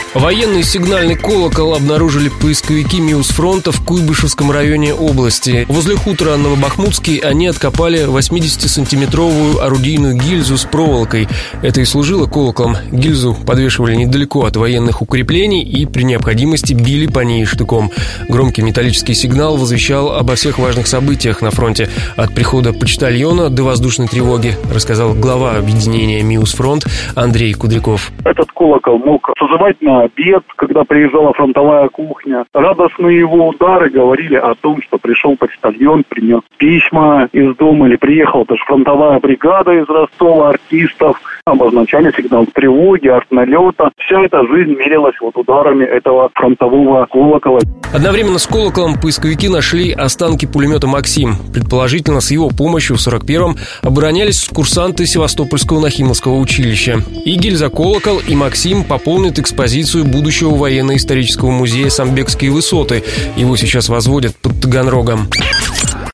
Военный сигнальный колокол обнаружили поисковики Миусфронта в Куйбышевском районе области. Возле хутора Новобахмутский они откопали 80-сантиметровую орудийную гильзу с проволокой. Это и служило колоколом. Гильзу подвешивали недалеко от военных укреплений и при необходимости били по ней штыком. Громкий металлический сигнал возвещал обо всех важных событиях на фронте. От прихода почтальона до воздушной тревоги, рассказал глава объединения Миусфронт Андрей Кудряков. Этот колокол мог созывать на обед, когда приезжала фронтовая кухня. Радостные его удары говорили о том, что пришел почтальон, принес письма из дома, или приехала даже фронтовая бригада из Ростова, артистов. Обозначали сигнал тревоги, артналета. Вся эта жизнь мерилась ударами этого фронтового колокола. Одновременно с колоколом поисковики нашли останки пулемета «Максим». Предположительно, с его помощью в 41-м оборонялись курсанты Севастопольского Нахимовского училища. И гильза-колокол, и «Максим» пополнят экспозицию будущего военно-исторического музея «Самбекские высоты». Его сейчас возводят под Таганрогом.